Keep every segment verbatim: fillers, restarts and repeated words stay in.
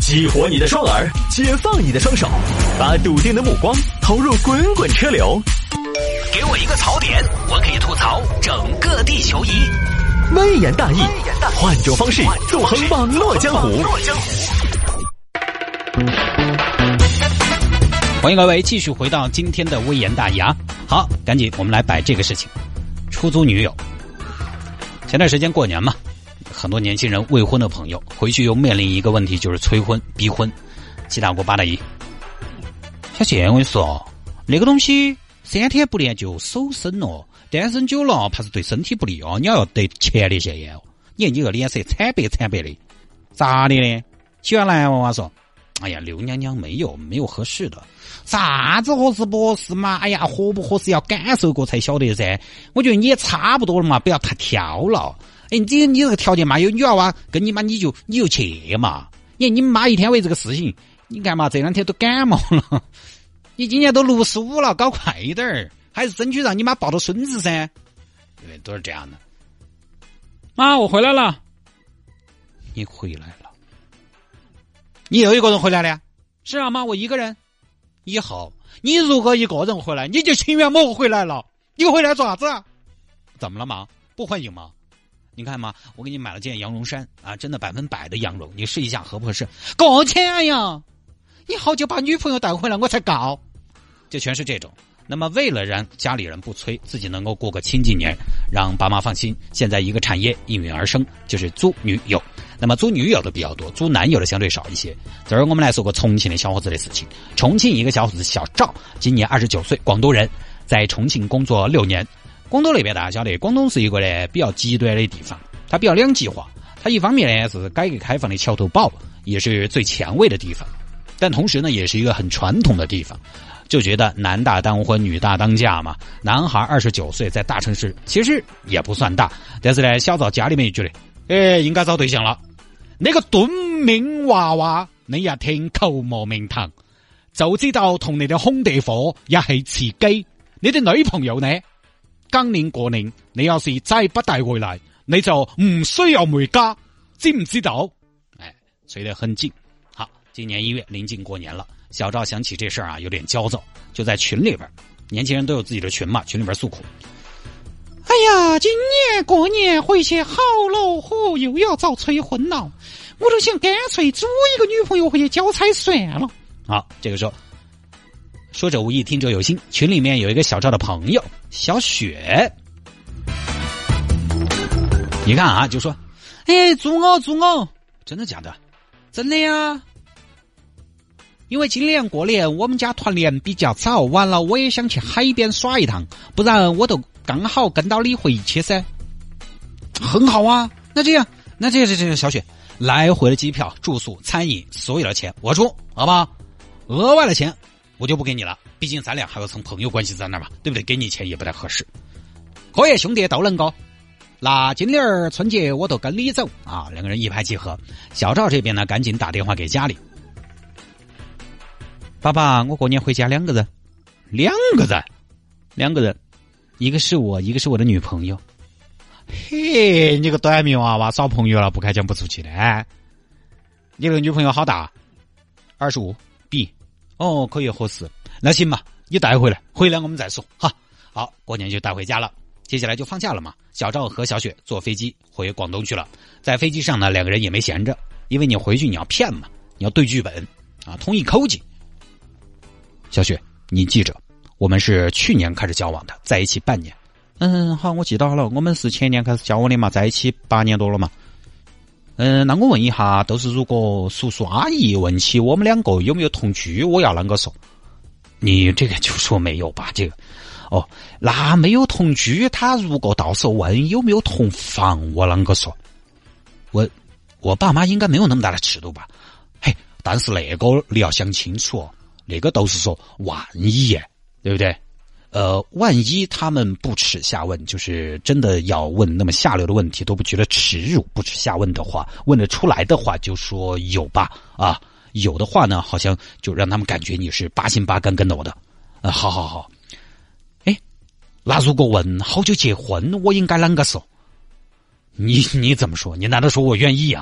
激活你的双耳，解放你的双手，把笃定的目光投入滚滚车流。 给我一个槽点，我可以吐槽整个地球仪。 微言大义，换种方式纵横网络江湖。 欢迎各位继续回到今天的微言大义啊！好，赶紧我们来摆这个事情。出租女友，前段时间过年嘛，很多年轻人未婚的朋友回去又面临一个问题，就是催婚逼婚。七大姑八大姨，小姐，我跟你说，那个东西三天不练就手生了，单身久了怕是对身体不利哦，你要得前列腺炎哦。你看你个脸色惨白惨白的，咋的呢？原来我说，哎呀，刘娘娘没有没有合适的，啥子合适不合适嘛？哎呀，合不合适要感受过才晓得噻。我觉得你也差不多了嘛，不要太挑了。哎，你你这个条件嘛，有女娃娃跟你妈，你就你就去嘛。你看你妈一天为这个事情，你看嘛，这两天都感冒了。你今年都六十五了，搞快一点儿，还是争取让你妈抱到孙子噻。对，都是这样的。妈，我回来了。你回来了？你又一个人回来了呀？是啊，妈，我一个人。以后你如果一个人回来，你就情愿我回来了。你回来做啥子啊？怎么了妈？不欢迎吗？你看嘛，我给你买了件羊绒衫啊，真的百分百的羊绒，你试一下合不合适？够钱呀！你好久把女朋友带回来，我才告。就全是这种。那么为了让家里人不催，自己能够过个清静年，让爸妈放心，现在一个产业应运而生，就是租女友。那么租女友的比较多，租男友的相对少一些。这儿我们来说个重庆的小伙子的事情。重庆一个小伙子小赵，今年二十九岁，广东人，在重庆工作六年。广东那边大家晓得，广东是一个呢比较极端的地方，它比较两极化。它一方面呢是改革开放的桥头堡，也是最前卫的地方，但同时呢也是一个很传统的地方。就觉得男大当婚，女大当嫁嘛。男孩二十九岁，在大城市其实也不算大，但是呢，小赵家里面就觉得，哎，应该找对象了。那個短命娃娃，你一聽口沫名堂，就知道同你哋空地火一起刺激。你的女朋友呢？今年過年，你要是再不帶回來，你就唔需要回家，知唔知道？哎，催得很近。好，今年一月臨近過年了，小趙想起這事兒啊，有點焦躁，就在群裡邊，年輕人都有自己的群嘛，群裡邊訴苦。哎呀，今年過年回去好惱火，又要遭催婚了，我就想乾脆租一個女朋友回去交差算了。好，這個時候說者無意，聽者有心，群裡面有一個小趙的朋友小雪，你看啊，就說哎，租我租我，真的假的？真的呀。因為今年過年我們家團年比較早，完了我也想去海邊耍一趟，不然我都剛好跟到你回去噻。很好啊，那這樣那這這這小雪，來回的機票住宿餐飲所有的錢我出，好不好？額外的錢我就不給你了，畢竟咱倆還有層朋友關係在那嘛，對不對？給你錢也不太合適。可以兄弟都能夠，那今年春節我都跟你走啊。兩個人一拍即合。小趙這邊呢趕緊打電話給家裡，爸爸，我過年回家兩個人。兩個人？兩個人，一個是我，一個是我的女朋友。嘿，你個短命娃娃，找朋友了不開講不出去的。你個女朋友好大？二十五 B。哦，可以合適。那行吧，你帶回來，回來我們再說哈。好，過年就帶回家了。接下來就放假了嘛，小趙和小雪坐飛機回廣東去了。在飛機上呢，兩個人也沒閒着，因為你回去你要騙嘛，你要對劇本啊，同意口徑。小雪，你記着，我們是去年開始交往的，在一起半年。嗯，好，我記到了，我們是前年開始交往的嘛，在一起八年多了嘛。嗯，那我問一下，都是如果叔叔阿姨問起我們兩個有沒有同居，我要啷個說？你這個就說沒有吧，這個。哦，那沒有同居，他如果到時候問有沒有同房，我啷個說？我我爸媽應該沒有那麼大的尺度吧？嘿，但是那個你要想清楚哦。那個都是說萬一耶，對不對？呃，萬一他們不恥下問，就是真的要問那麼下流的問題都不覺得恥辱，不恥下問的話，問得出來的話就說有吧，啊，有的話呢好像就讓他們感覺你是八心八肝跟着我的。啊，好好好。誒，那如果問好久結婚，我應該啷個說？你你怎麼說？你難道說我願意啊？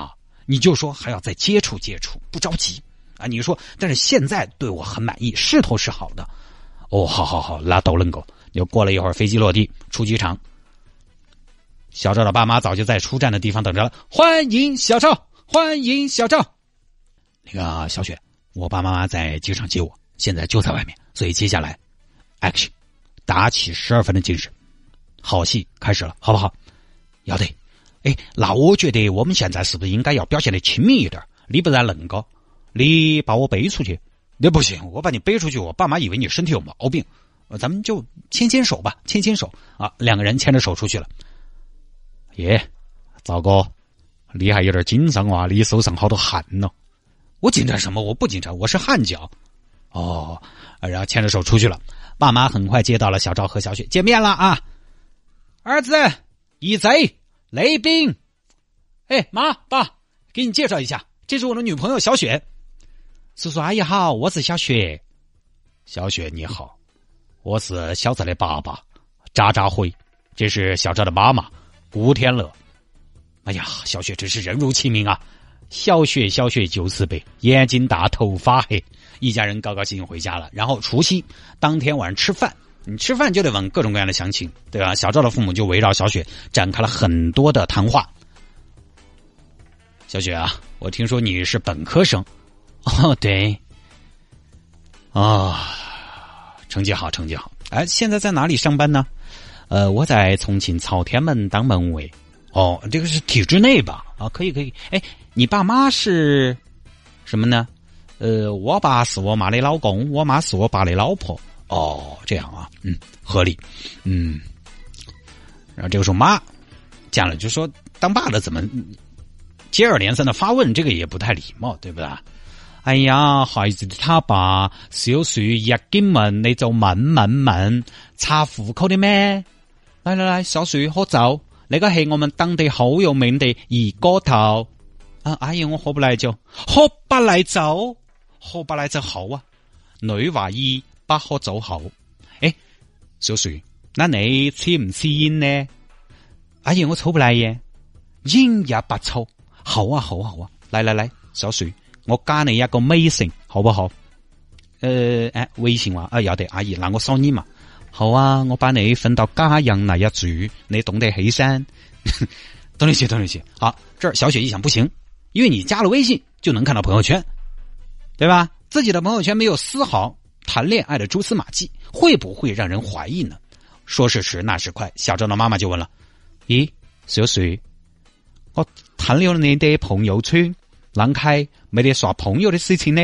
你就说还要再接触接触，不着急啊。你说，但是现在对我很满意，势头是好的。哦，好好好，那都能够。又过了一会儿，飞机落地，出机场。小赵的爸妈早就在出站的地方等着了，欢迎小赵，欢迎小赵。那个小雪，我爸爸妈妈在机场接我，现在就在外面，所以接下来 action， 打起十二分的精神，好戏开始了，好不好？要得。哎，那我觉得我们现在是不是应该要表现得亲密一点？你不然恁个，你把我背出去，那不行，我把你背出去，我爸妈以为你身体有毛病。咱们就牵牵手吧，牵牵手啊！两个人牵着手出去了。耶，赵哥，你还有点紧张哇？你手上好多汗呢。我紧张什么？我不紧张，我是汗脚。哦，然后牵着手出去了。爸妈很快接到了小赵和小雪，见面了啊！儿子，一贼。雷兵，哎，妈爸，给你介绍一下，这是我的女朋友小雪。叔叔阿姨好，我是小雪。小雪你好，我是小赵的爸爸渣渣辉，这是小赵的妈妈古天乐。哎呀，小雪真是人如其名啊，小雪小雪就是白，眼睛大头发黑，一家人高高兴兴回家了。然后除夕当天晚上吃饭。你吃饭就得问各种各样的详情，对吧？小赵的父母就围绕小雪展开了很多的谈话。小雪啊，我听说你是本科生。哦，对。啊，成绩好，成绩好。哎，现在在哪里上班呢？呃，我在重庆朝天门当门卫。哦，这个是体制内吧？啊，可以可以。哎，你爸妈是什么呢？呃，我爸是我妈的老公，我妈是我爸的老婆。哦，这样啊，嗯，合理，嗯。然后这个时候妈讲了，就说当爸的怎么接二连三的发问，这个也不太礼貌，对不对？哎呀，孩子的他爸小雪一进門你就問問問查户口的咩？來來來，小雪喝酒，呢個係我們當地好有名的二鍋頭。啊，阿姨我喝不來酒，喝不來酒，喝不來酒好啊。女話醫。不喝酒好，誒，小雪，那你抽唔抽煙呢？阿姨我抽不來煙，煙也不抽。好啊好啊好啊，來來來，小雪，我加你一個微信，好不好？誒、呃，誒，微信話啊有的，阿姨，那我掃你嘛。好啊，我把你分到家陽那一組，你懂得起身。懂得起，懂得起。好，這兒小雪一想不行，因為你加了微信就能看到朋友圈，對吧？自己的朋友圈沒有絲毫談戀愛的蛛絲馬跡，會不會讓人懷疑呢？說時遲那時快，小趙的媽媽就問了：咦，小雪，我談了你的朋友圈，難開沒得耍朋友的事情呢？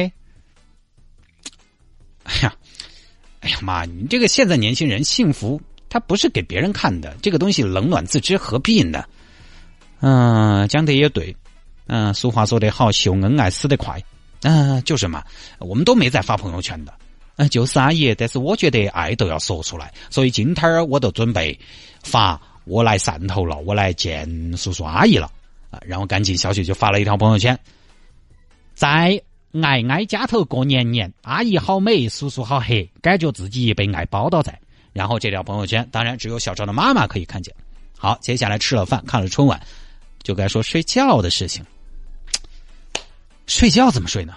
哎呀，哎呀媽，你這個現在年輕人幸福，他不是給別人看的，這個東西冷暖自知，何必呢？嗯、呃，講得也對，嗯、呃，俗話說得好，秀恩愛死得快，嗯、呃，就是嘛，我們都沒在發朋友圈的。呃，就是阿姨，但是我覺得愛都要說出來，所以今天我都準備發我來汕頭了，我來見叔叔阿姨了啊。然後趕緊小雪就發了一條朋友圈，在愛愛家頭過年年，阿姨好美，叔叔好黑，感覺自己被愛包到在。然後這條朋友圈當然只有小趙的媽媽可以看見。好，接下來吃了飯，看了春晚，就該說睡覺的事情。睡覺怎麼睡呢？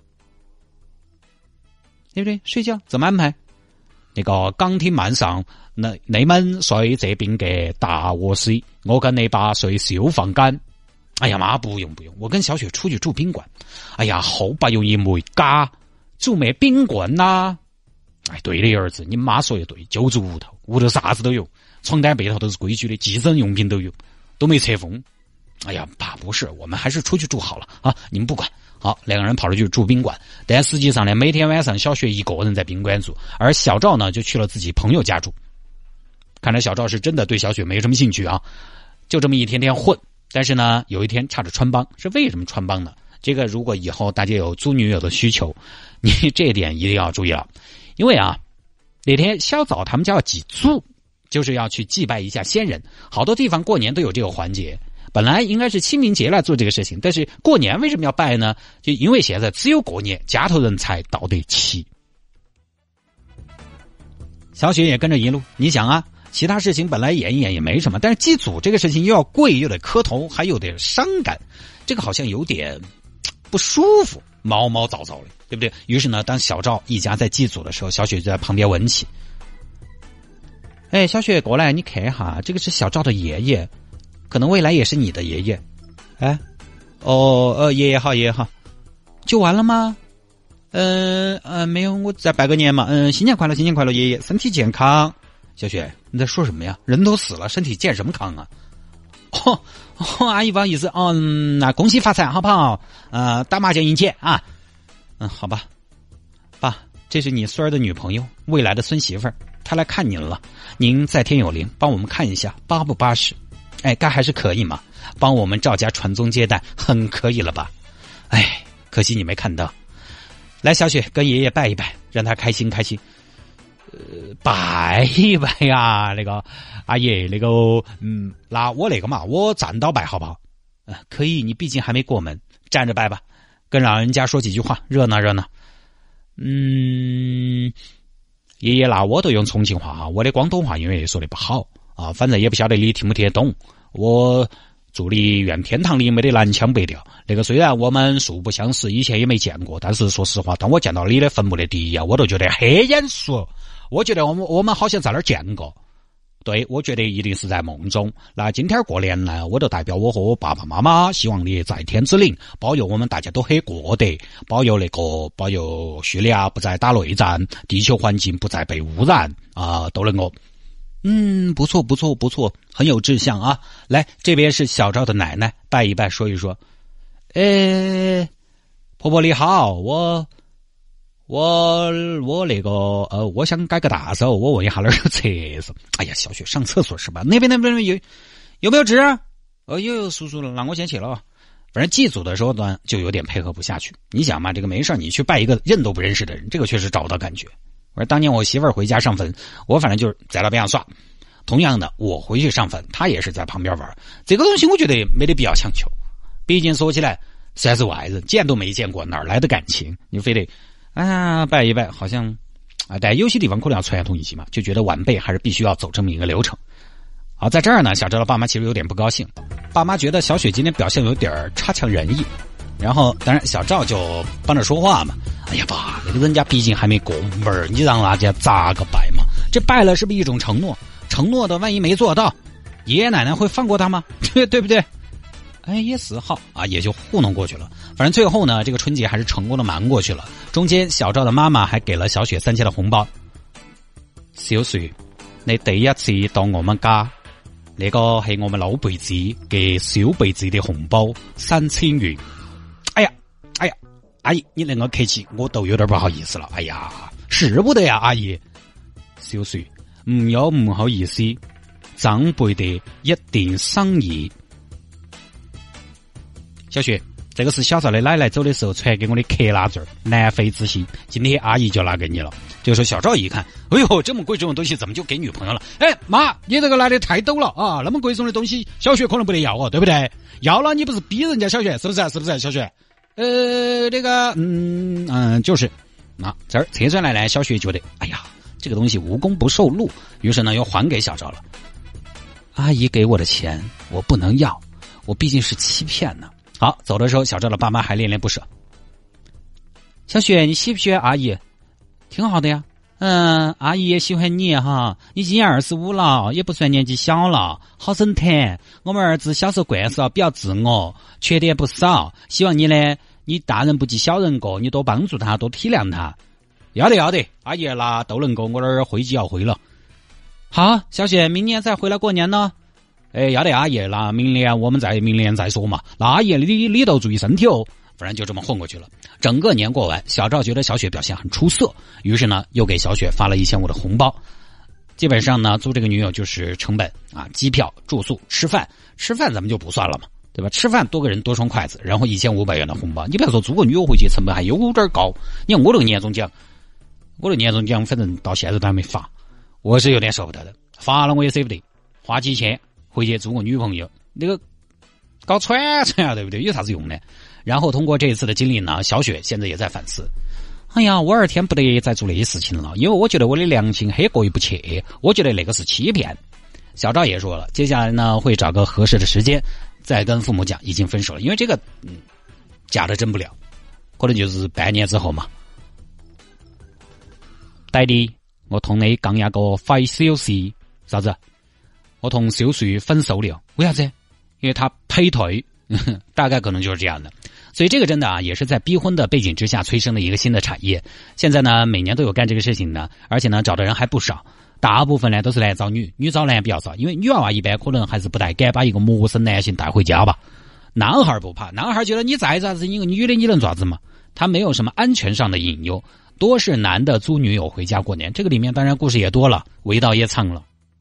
對不對？睡覺怎麼安排？那個當天晚上，那你們睡這邊嘅大臥室，我跟你爸睡小房間。哎呀媽，不用不用，我跟小雪出去住賓館。哎呀，好不容易沒家，住咩賓館啦？哎，對的兒子，你媽說的對，就住屋頭，屋頭啥子都有，床單被套都是規矩的，計生用品都有，都沒拆封。哎呀，爸，不是，我們還是出去住好了啊！你們不管。好，兩個人跑出去住賓館，但實際上呢，每天晚上小雪一個人在賓館住，而小趙呢就去了自己朋友家住。看來小趙是真的對小雪沒什麼興趣啊，就這麼一天天混。但是呢，有一天差着穿幫，是為什麼穿幫呢？這個如果以後大家有租女友的需求，你這一點一定要注意了，因為啊，那天小趙他們家要祭祖，就是要去祭拜一下先人，好多地方過年都有這個環節。本來應該是清明節來做這個事情，但是過年為什麼要拜呢？就因為現在只有過年家頭人才到得齊。小雪也跟着一路，你想啊， 其他事情本来演一演也没什么，但是祭祖这个事情又要跪又得磕头，还有点伤感，这个好像有点不舒服，毛毛躁躁的，对不对？于是呢，当小赵一家在祭祖的时候，小雪就在旁边闻起。哎，小雪过来，你看哈，这个是小赵的爷爷，可能未来也是你的爷爷。哎，哦，呃，爷爷好，爷爷好，就完了吗？呃呃，没有，我再拜个年嘛。嗯、呃，新年快乐，新年快乐，爷爷身体健康。小雪，你在说什么呀？人都死了，身体健什么康啊？哦，哦阿姨不好意思，嗯，那恭喜发财，好不好？呃，打麻将赢钱啊。嗯，好吧，爸，这是你孙儿的女朋友，未来的孙媳妇儿，她来看您了。您在天有灵，帮我们看一下，巴不巴适？哎，该还是可以嘛，帮我们赵家传宗接代，很可以了吧？哎，可惜你没看到。来，小雪跟爷爷拜一拜，让他开心开心。呃，拜一拜呀，那个阿爷，那个嗯，那我那个嘛，我站到拜好不好？呃，可以，你毕竟还没过门，站着拜吧，跟老人家说几句话，热闹热闹。嗯，爷爷，那我都用重庆话哈，我的广东话因为说的不好啊，反正也不晓得你听不听得懂。我祝你愿天堂里没得南腔北调。那个虽然我们素不相识，以前也没见过，但是说实话，当我见到你的坟墓的第一眼，我都觉得黑眼熟。我觉得我们我们好像在那儿见过。对，我觉得一定是在梦中。那今天过年呢，我就代表我和我爸爸妈妈，希望你在天之灵保佑我们大家都很过得，保佑那个保佑叙利亚不再打内战，地球环境不再被污染啊、呃，都能够。嗯，不错不错不错，很有志向啊！来，这边是小赵的奶奶，拜一拜，说一说。呃，婆婆你好，我我我那个呃，我想改个大手，我问一下那儿有厕所。哎呀，小雪上厕所是吧？那边那边有有没有纸？哦，有有叔叔了，那我先去了。反正祭祖的时候呢，就有点配合不下去。你想嘛，这个没事你去拜一个认都不认识的人，这个确实找不到感觉。我说当年我媳妇儿回家上坟，我反正就是在那边上耍。同样的，我回去上坟，她也是在旁边玩。这个东西我觉得没得必要强求，毕竟说起来虽然是外人，见都没见过，哪儿来的感情？你非得啊拜一拜，好像啊，但有些地方可能要传统一些嘛，就觉得晚辈还是必须要走这么一个流程。好，在这儿呢，小赵的爸妈其实有点不高兴，爸妈觉得小雪今天表现有点差强人意。然后当然小赵就帮着说话嘛，哎呀爸，那个人家毕竟还没过门，你让大家咋个拜嘛？这拜了是不是一种承诺？承诺的万一没做到，爷爷奶奶会放过他吗？对对不对？哎，也是好啊，也就糊弄过去了。反正最后呢，这个春节还是成功的瞒过去了。中间小赵的妈妈还给了小雪三千的红包。小雪，你第一次到我們家，那個係我們老輩子給小輩子的紅包三千元。哎呀，哎呀，阿姨，你那個客氣，我都有點不好意思了。哎呀，是不得呀，阿姨。小雪，唔有唔好意思，長輩的一定心意。小雪，这个是小赵的奶奶走的时候传给我的克拉钻，南非之星，今天阿姨就拿给你了。这个时候小赵一看，哎呦，这么贵重的东西怎么就给女朋友了？哎妈，你这个来的太陡了啊！那么贵重的东西，小雪可能不得要哦，对不对？要了你不是逼人家小雪，是不是？是不是小雪？呃，这个，嗯嗯，就是，那这儿测出来呢，小雪觉得，哎呀，这个东西无功不受禄，于是呢又还给小赵了。阿姨给我的钱，我不能要，我毕竟是欺骗呢。好，走的时候，小赵的爸妈还恋恋不舍。小雪，你喜不喜欢阿姨？挺好的呀。嗯，阿姨也喜欢你哈。你今年二十五了，也不算年纪小了，好生谈。我们儿子小时候惯是要比较自我，缺点不少。希望你呢，你大人不计小人过，你多帮助他，多体谅他。要得要得，阿姨那都能够，我这儿会就要会了。好，小雪，明年再回来过年呢。哎，要得阿姨，那明年我们再明年再说嘛。那阿姨你你都注意身体哦。反正就这么混过去了。整个年过完，小赵觉得小雪表现很出色，于是呢又给小雪发了一千五的红包。基本上呢，租这个女友就是成本啊，机票、住宿、吃饭，吃饭咱们就不算了嘛，对吧？吃饭多个人多双筷子，然后一千五百元的红包。你不要说租个女友回去成本还有点高。你看我这个年终奖，我的年终奖反正到现在都还没发，我是有点舍不得的。发了我也舍不得，花几千回去租个女朋友，那个搞串串啊，对不对？有啥子用呢？然后通过这一次的经历呢，小雪现在也在反思哎呀，我二天不得再做那些事情了，因为我觉得我的良心很过意不去，我觉得那个是欺骗。小赵也说了，接下来呢会找个合适的时间再跟父母讲已经分手了，因为这个嗯假的真不了，可能就是半年之后嘛。弟弟，我同你講一個壞消息，啥子？我同小樹分手了，為啥子？因為他劈腿，大概可能就是這樣的。所以這個真的啊，也是在逼婚的背景之下催生的一個新的產業。現在呢，每年都有幹這個事情的，而且呢，找的人還不少。大部分呢都是來找女，女找男比較少，因為女娃娃一般可能還是不太敢把一個陌生男性帶回家吧。男孩不怕，男孩覺得你再咋子，一個女的你能咋子嘛？他沒有什麼安全上的隱憂。多是男的租女友回家過年，這個裡面當然故事也多了，味道也蹭了。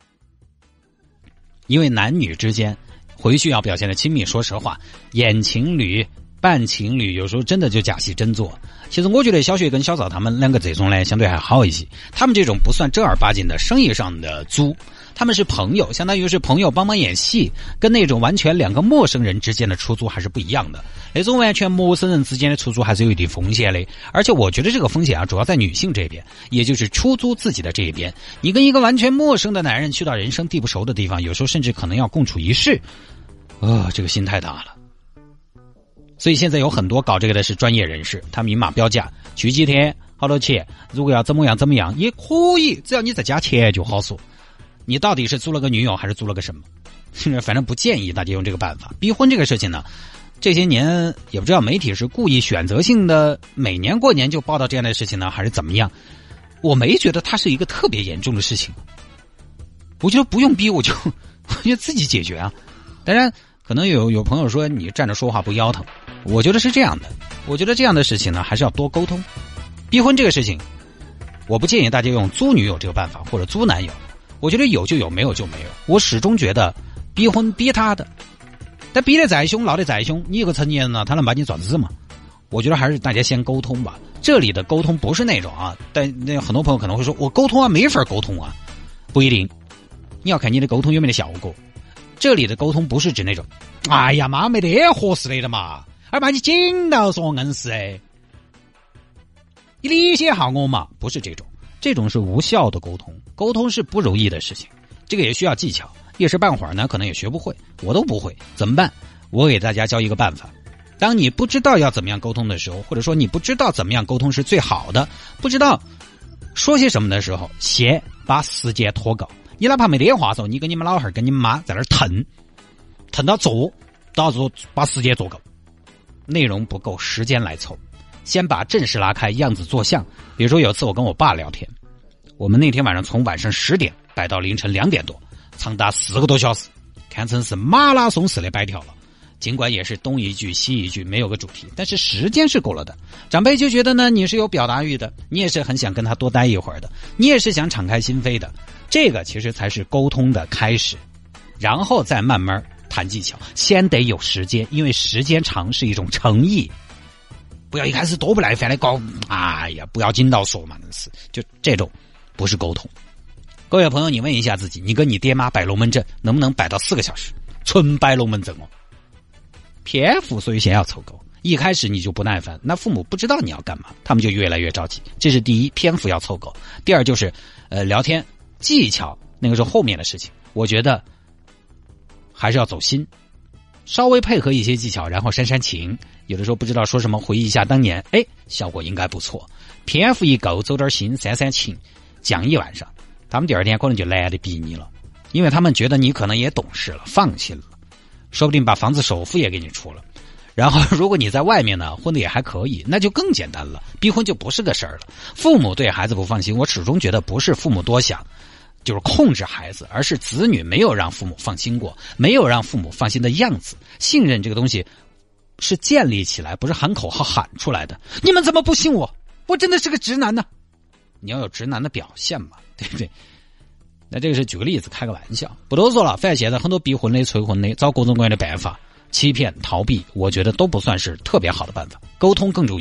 因為男女之間回去要表現的親密，說實話，演情侶、扮情侶，有時候真的就假戲真做。其實我覺得小雪跟小枣他們兩個這種呢，相對還好一些。他們這種不算正兒八經的生意上的租，他們是朋友，相當於是朋友幫忙演戲，跟那種完全兩個陌生人之間的出租還是不一樣的。那種完全陌生人之間的出租還是有一定風險的，而且我覺得這個風險啊，主要在女性這邊，也就是出租自己的這一邊。你跟一個完全陌生的男人去到人生地不熟的地方，有時候甚至可能要共處一室，啊、哦，這個心太大了。所以現在有很多搞這個的是專業人士，他明碼標價，去幾天好多錢，如果要怎麼樣怎麼樣也可以，只要你再加錢就好說。你到底是租了個女友還是租了個什麼？反正不建議大家用這個辦法。逼婚這個事情呢，這些年也不知道媒體是故意選擇性的每年過年就報道這樣的事情呢，還是怎麼樣。我沒覺得它是一個特別嚴重的事情，我覺得不用逼，我就我就自己解決啊。當然可能有有朋友說你站着說話不腰疼，我覺得是這樣的，我覺得這樣的事情呢還是要多溝通。逼婚這個事情我不建議大家用租女友這個辦法或者租男友，我覺得有就有，沒有就沒有。我始終覺得逼婚逼他的，但逼得再凶鬧得再凶，你一個成年人呢他能把你轉子嗎？我覺得還是大家先溝通吧。這裡的溝通不是那種啊，但那很多朋友可能會說我溝通啊沒法溝通啊，不一定，你要看你的溝通有沒有效果。這裡的溝通不是指那種哎呀媽沒得合適的嘛，而把你緊到說硬是哎，你理解下我嘛，不是這種，這種是無效的溝通。溝通是不容易的事情，這個也需要技巧，一時半會兒呢可能也學不會，我都不會，怎麼辦？我給大家教一個辦法。當你不知道要怎麼樣溝通的時候，或者說你不知道怎麼樣溝通是最好的，不知道說些什麼的時候，先把時間拖夠。你哪怕沒得話說，你跟你們老漢跟你們媽在那兒騰騰到做，到時候把時間做夠，內容不夠時間來湊，先把陣勢拉開，樣子做像。比如說有次我跟我爸聊天，我們那天晚上從晚上十點擺到凌晨兩點多，長達四個多小時，看成是馬拉松式的擺跳了。儘管也是東一句西一句，沒有個主題，但是時間是夠了的。長輩就覺得呢，你是有表達欲的，你也是很想跟他多待一會兒的，你也是想敞開心扉的。這個其實才是溝通的開始，然後再慢慢談技巧。先得有時間，因為時間長是一種誠意。不要一開始多不耐煩的搞，哎呀，不要緊到說嘛，是就這種不是溝通。各位朋友，你問一下自己，你跟你爹媽擺龍門陣能不能擺到四個小時？純擺龍門陣哦。篇幅所以先要湊夠，一開始你就不耐煩，那父母不知道你要幹嘛，他們就越來越着急。這是第一，篇幅要湊夠。第二就是呃聊天技巧，那個是後面的事情，我覺得還是要走心，稍微配合一些技巧，然後煽煽情。有的時候不知道說什麼，回憶一下當年，哎，效果應該不錯。篇幅一夠，走點心，煽煽情，講一晚上，他們第二天可能就懶得逼你了，因為他們覺得你可能也懂事了，放心了。說不定把房子首付也給你出了，然後如果你在外面呢，混得也還可以，那就更簡單了，逼婚就不是個事兒了。父母對孩子不放心，我始終覺得不是父母多想，就是控制孩子，而是子女沒有讓父母放心過，沒有讓父母放心的樣子。信任這個東西是建立起來，不是喊口號喊出來的。你們怎麼不信我？我真的是個直男呢？你要有直男的表現嘛，對不對？那這個是舉個例子，開個玩笑，不多說了。反正現在很多逼婚的、催婚的，找各種各樣的辦法，欺騙、逃避，我覺得都不算是特別好的辦法。溝通更重要，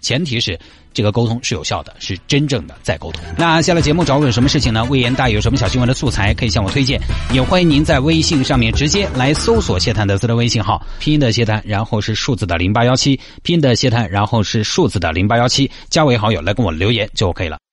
前提是这个沟通是有效的，是真正的在沟通。那下了节目找我有什么事情呢？微言大有什么小新闻的素材可以向我推荐，也欢迎您在微信上面直接来搜索谢探德斯的微信号，拼音的谢探，然后是数字的零八一七，拼音的谢探，然后是数字的零八一七，加为好友来跟我留言就可以了。